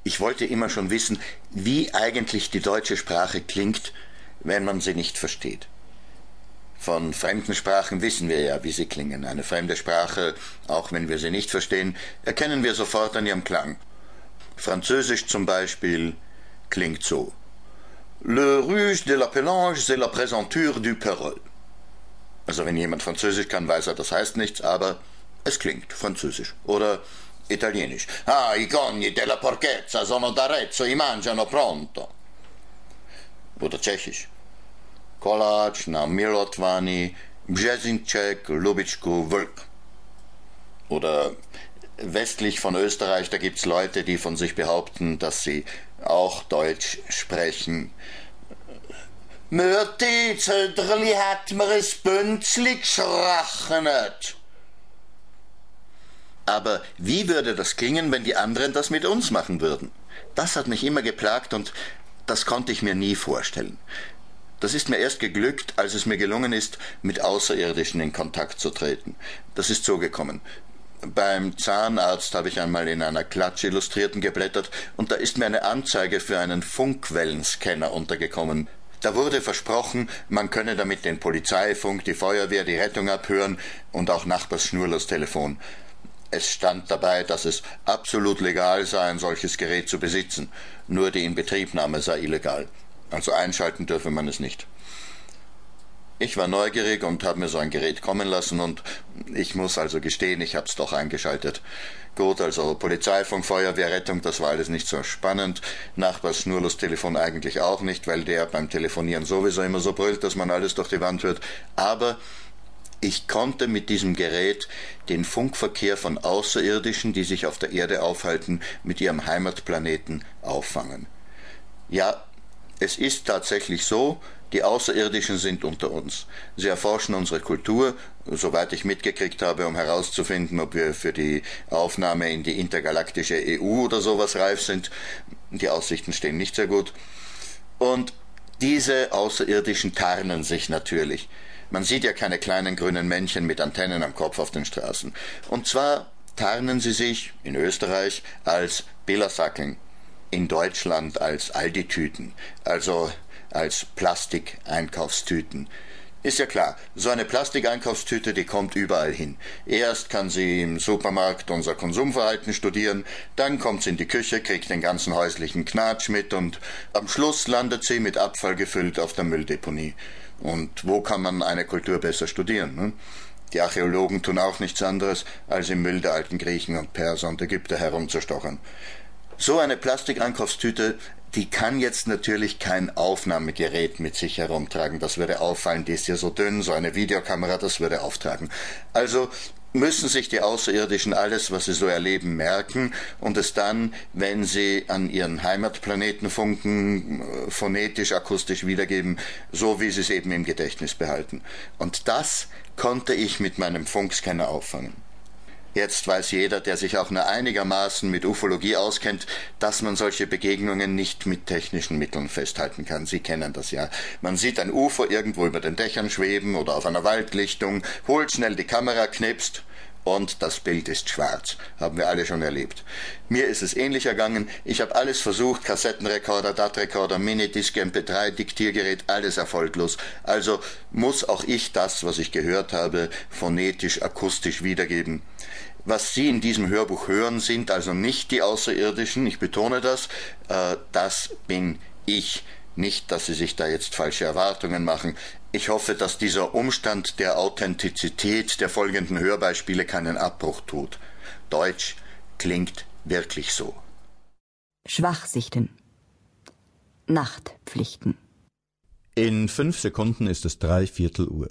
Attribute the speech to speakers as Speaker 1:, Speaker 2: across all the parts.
Speaker 1: Ich wollte immer schon wissen, wie eigentlich die deutsche Sprache klingt, wenn man sie nicht versteht. Von fremden Sprachen wissen wir ja, wie sie klingen. Eine fremde Sprache, auch wenn wir sie nicht verstehen, erkennen wir sofort an ihrem Klang. Französisch zum Beispiel klingt so: Le ruse de la Pélange, c'est la présenture du Perrol. Also wenn jemand Französisch kann, weiß er, das heißt nichts, aber es klingt französisch. Oder Italienisch: Ah, i cogni della porchezza sono d'Arezzo, i mangiano pronto. Oder Tschechisch: Kolač na Milotvani, Březinček, Lubitschku, Vlk. Oder westlich von Österreich, da gibt's Leute, die von sich behaupten, dass sie auch Deutsch sprechen. Mörti, Zöderli hat mir es Bünzli geschrachnet. Aber wie würde das klingen, wenn die anderen das mit uns machen würden? Das hat mich immer geplagt und das konnte ich mir nie vorstellen. Das ist mir erst geglückt, als es mir gelungen ist, mit Außerirdischen in Kontakt zu treten. Das ist so gekommen. Beim Zahnarzt habe ich einmal in einer Klatsch Illustrierten geblättert und da ist mir eine Anzeige für einen Funkwellenscanner untergekommen. Da wurde versprochen, man könne damit den Polizeifunk, die Feuerwehr, die Rettung abhören und auch Nachbars Schnurlostelefon. Es stand dabei, dass es absolut legal sei, ein solches Gerät zu besitzen. Nur die Inbetriebnahme sei illegal. Also einschalten dürfe man es nicht. Ich war neugierig und habe mir so ein Gerät kommen lassen und ich muss also gestehen, ich habe es doch eingeschaltet. Gut, also Polizeifunk, Feuerwehr, Rettung, das war alles nicht so spannend. Nachbars Schnurlostelefon eigentlich auch nicht, weil der beim Telefonieren sowieso immer so brüllt, dass man alles durch die Wand hört. Aber ich konnte mit diesem Gerät den Funkverkehr von Außerirdischen, die sich auf der Erde aufhalten, mit ihrem Heimatplaneten auffangen. Ja, es ist tatsächlich so, die Außerirdischen sind unter uns. Sie erforschen unsere Kultur, soweit ich mitgekriegt habe, um herauszufinden, ob wir für die Aufnahme in die intergalaktische EU oder sowas reif sind. Die Aussichten stehen nicht sehr gut. Und diese Außerirdischen tarnen sich natürlich. Man sieht ja keine kleinen grünen Männchen mit Antennen am Kopf auf den Straßen. Und zwar tarnen sie sich in Österreich als Billasackeln, in Deutschland als Aldi-Tüten, also als Plastikeinkaufstüten. Ist ja klar, so eine Plastikeinkaufstüte, die kommt überall hin. Erst kann sie im Supermarkt unser Konsumverhalten studieren, dann kommt sie in die Küche, kriegt den ganzen häuslichen Knatsch mit und am Schluss landet sie mit Abfall gefüllt auf der Mülldeponie. Und wo kann man eine Kultur besser studieren? Ne? Die Archäologen tun auch nichts anderes, als im Müll der alten Griechen und Perser und Ägypter herumzustochern. So eine Plastikeinkaufstüte, die kann jetzt natürlich kein Aufnahmegerät mit sich herumtragen. Das würde auffallen, die ist ja so dünn, so eine Videokamera, das würde auftragen. Also müssen sich die Außerirdischen alles, was sie so erleben, merken und es dann, wenn sie an ihren Heimatplaneten funken, phonetisch, akustisch wiedergeben, so wie sie es eben im Gedächtnis behalten. Und das konnte ich mit meinem Funkscanner auffangen. Jetzt weiß jeder, der sich auch nur einigermaßen mit Ufologie auskennt, dass man solche Begegnungen nicht mit technischen Mitteln festhalten kann. Sie kennen das ja. Man sieht ein UFO irgendwo über den Dächern schweben oder auf einer Waldlichtung, holt schnell die Kamera, knipst und das Bild ist schwarz. Haben wir alle schon erlebt. Mir ist es ähnlich ergangen. Ich habe alles versucht, Kassettenrekorder, DAT-Rekorder, Minidisc, MP3, Diktiergerät, alles erfolglos. Also muss auch ich das, was ich gehört habe, phonetisch, akustisch wiedergeben. Was Sie in diesem Hörbuch hören, sind also nicht die Außerirdischen, ich betone das, das bin ich. Nicht, dass Sie sich da jetzt falsche Erwartungen machen. Ich hoffe, dass dieser Umstand der Authentizität der folgenden Hörbeispiele keinen Abbruch tut. Deutsch klingt wirklich so.
Speaker 2: Schwachsichten. Nachtpflichten.
Speaker 3: In 5 Sekunden ist es 3/4 Uhr.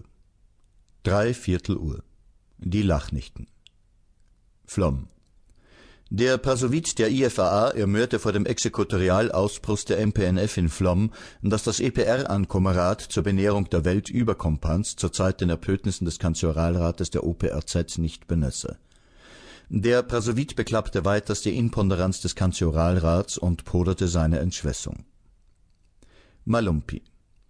Speaker 3: 3/4 Uhr. Die Lachnichten. Flom. Der Pasowit der IFAA ermörte vor dem Exekutorialausbruch der MPNF in Flom, dass das EPR-Ankommerat zur Benährung der Weltüberkompans zur Zeit den Erpötnissen des Kanzoralrates der OPRZ nicht benesse. Der Pasowit beklappte weiters die Inponderanz des Kanzoralrats und poderte seine Entschwässung. Malumpi.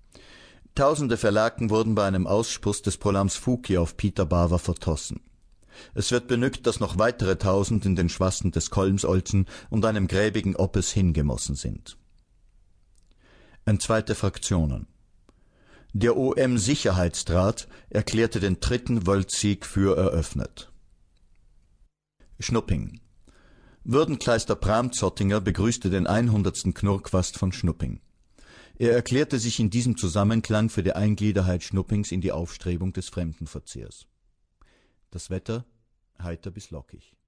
Speaker 3: Tausende Verlaken wurden bei einem Ausspuss des Polams Fuki auf Peter Bava vertossen. Es wird benügt, dass noch weitere 1000 in den Schwassen des Kolmsolzen und einem gräbigen Oppes hingemossen sind. Entzweite Fraktionen. Der OM-Sicherheitsrat erklärte den 3. Weltsieg für eröffnet. Schnupping. Würdenkleister Bram-Zottinger begrüßte den 100. Knurrquast von Schnupping. Er erklärte sich in diesem Zusammenklang für die Eingliederheit Schnuppings in die Aufstrebung des Fremdenverzehrs. Das Wetter heiter bis lockig.